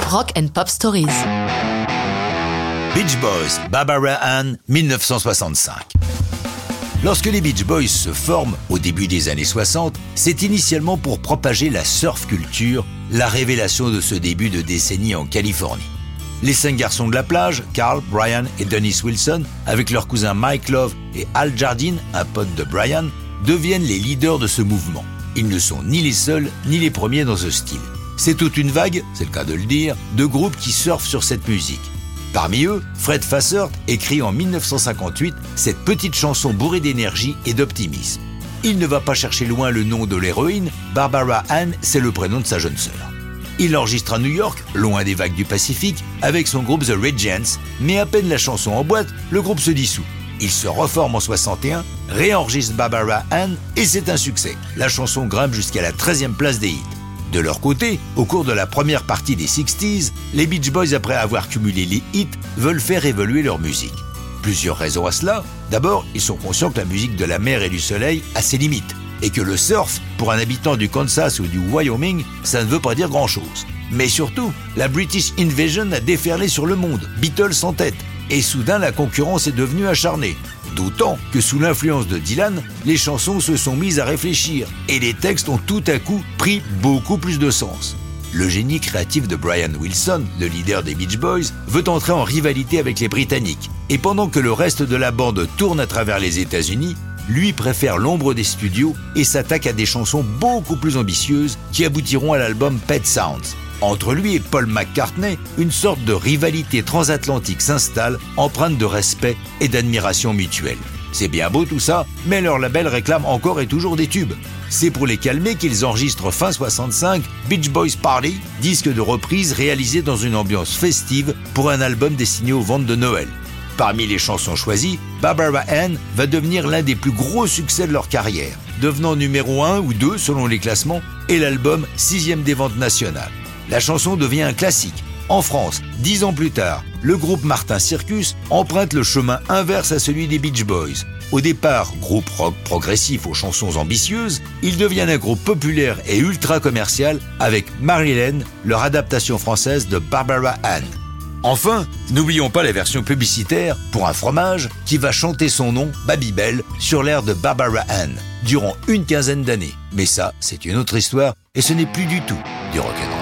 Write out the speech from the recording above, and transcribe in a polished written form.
Rock and Pop Stories. Beach Boys, Barbara Ann, 1965. Lorsque les Beach Boys se forment au début des années 60, c'est initialement pour propager la surf culture, la révélation de ce début de décennie en Californie. Les 5 garçons de la plage, Carl, Brian et Dennis Wilson, avec leurs cousins Mike Love et Al Jardine, un pote de Brian, deviennent les leaders de ce mouvement. Ils ne sont ni les seuls ni les premiers dans ce style. C'est toute une vague, c'est le cas de le dire, de groupes qui surfent sur cette musique. Parmi eux, Fred Fassert écrit en 1958 cette petite chanson bourrée d'énergie et d'optimisme. Il ne va pas chercher loin le nom de l'héroïne, Barbara Ann, c'est le prénom de sa jeune sœur. Il enregistre à New York, loin des vagues du Pacifique, avec son groupe The Regents, mais à peine la chanson en boîte, le groupe se dissout. Il se reforme en 61, réenregistre Barbara Ann et c'est un succès. La chanson grimpe jusqu'à la 13e place des hits. De leur côté, au cours de la première partie des 60s, les Beach Boys, après avoir cumulé les hits, veulent faire évoluer leur musique. Plusieurs raisons à cela. D'abord, ils sont conscients que la musique de la mer et du soleil a ses limites, et que le surf, pour un habitant du Kansas ou du Wyoming, ça ne veut pas dire grand-chose. Mais surtout, la British Invasion a déferlé sur le monde, Beatles en tête, et soudain la concurrence est devenue acharnée. D'autant que sous l'influence de Dylan, les chansons se sont mises à réfléchir et les textes ont tout à coup pris beaucoup plus de sens. Le génie créatif de Brian Wilson, le leader des Beach Boys, veut entrer en rivalité avec les Britanniques. Et pendant que le reste de la bande tourne à travers les États-Unis, lui préfère l'ombre des studios et s'attaque à des chansons beaucoup plus ambitieuses qui aboutiront à l'album Pet Sounds. Entre lui et Paul McCartney, une sorte de rivalité transatlantique s'installe, empreinte de respect et d'admiration mutuelle. C'est bien beau tout ça, mais leur label réclame encore et toujours des tubes. C'est pour les calmer qu'ils enregistrent fin 65 Beach Boys Party, disque de reprise réalisé dans une ambiance festive pour un album destiné aux ventes de Noël. Parmi les chansons choisies, Barbara Ann va devenir l'un des plus gros succès de leur carrière, devenant numéro 1 ou 2 selon les classements, et l'album 6e des ventes nationales. La chanson devient un classique. En France, 10 ans plus tard, le groupe Martin Circus emprunte le chemin inverse à celui des Beach Boys. Au départ, groupe rock progressif aux chansons ambitieuses, ils deviennent un groupe populaire et ultra commercial avec Marilyn, leur adaptation française de Barbara Ann. Enfin, n'oublions pas la version publicitaire pour un fromage qui va chanter son nom, Babybel, sur l'air de Barbara Ann, durant une quinzaine d'années. Mais ça, c'est une autre histoire et ce n'est plus du tout du rock'n'roll.